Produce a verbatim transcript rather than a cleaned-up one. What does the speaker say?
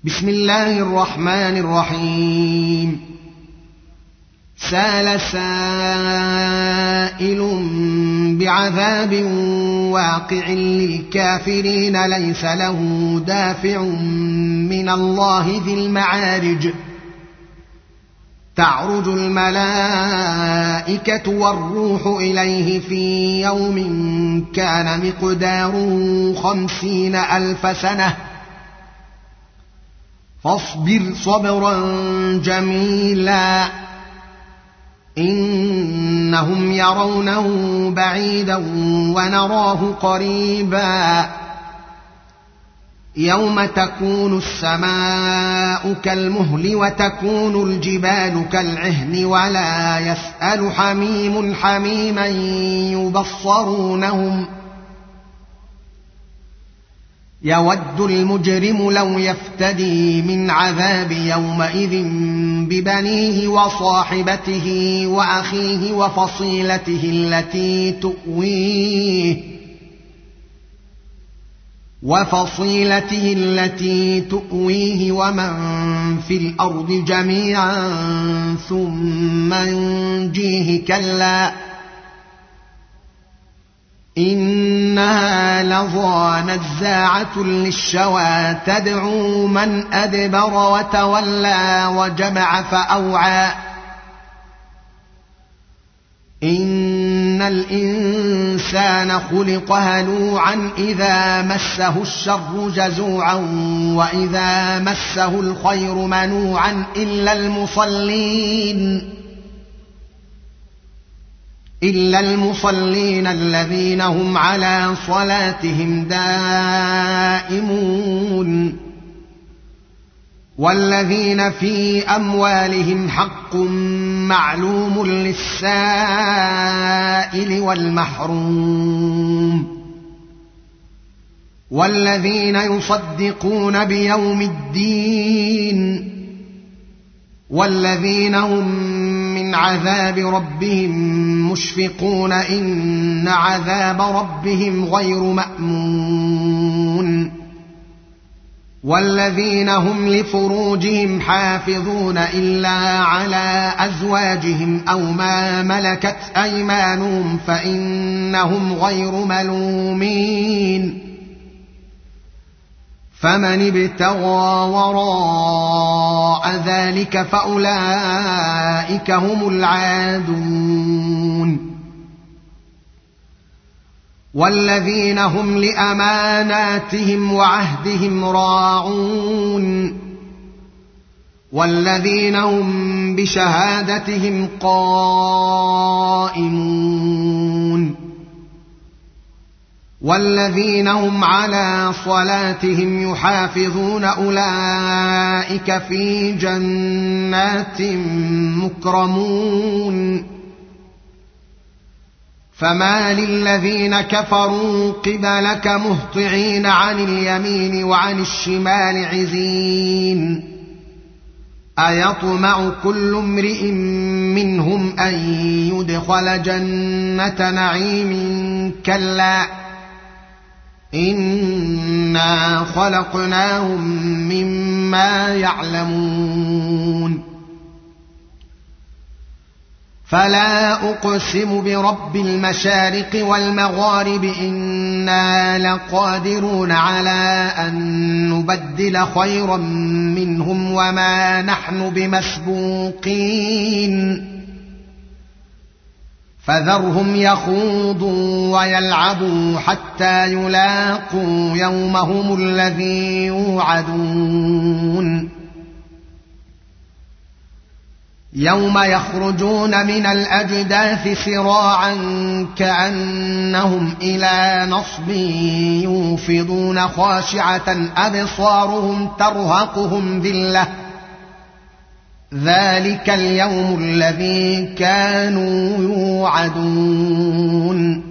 بسم الله الرحمن الرحيم. سأل سائل بعذاب واقع للكافرين ليس له دافع من الله ذي المعارج. تعرج الملائكة والروح إليه في يوم كان مقداره خمسين ألف سنة فاصبر صبرا جميلا إنهم يرونه بعيدا ونراه قريبا يوم تكون السماء كالمهل وتكون الجبال كالعهن ولا يسأل حميم حميما يبصرونهم يود المجرم لو يفتدي من عذاب يومئذ ببنيه وصاحبته وأخيه وفصيلته التي تؤويه وفصيلته التي تؤويه ومن في الأرض جميعا ثم ينجيه كلا إنها لظى نزاعة للشوى تدعو من أدبر وتولى وجمع فأوعى إن الإنسان خلق هلوعا إذا مسه الشر جزوعا وإذا مسه الخير منوعا إلا المصلين إلا المصلين الذين هم على صلاتهم دائمون والذين في أموالهم حق معلوم للسائل والمحروم والذين يصدقون بيوم الدين والذين هم من عذاب ربهم مشفقون إن عذاب ربهم غير مأمون والذين هم لفروجهم حافظون إلا على أزواجهم أو ما ملكت أيمانهم فإنهم غير ملومين فمن ابتغى وراء ذلك فأولئك هم العادون والذين هم لأماناتهم وعهدهم راعون والذين هم بشهادتهم قائمون والذين هم على صلاتهم يحافظون أولئك في جنات مكرمون فما للذين كفروا قبلك مهطعين عن اليمين وعن الشمال عزين أيطمع كل امرئ منهم أن يدخل جنة نعيم كلا إنا خلقناهم مما يعلمون فلا أقسم برب المشارق والمغارب إنا لقادرون على أن نبدل خيرا منهم وما نحن بمسبوقين فذرهم يخوضوا ويلعبوا حتى يلاقوا يومهم الذي يوعدون يوم يخرجون من الأجداث سراعا كأنهم إلى نصب يوفضون خاشعة أبصارهم ترهقهم ذلة ذلك اليوم الذي كانوا يوعدون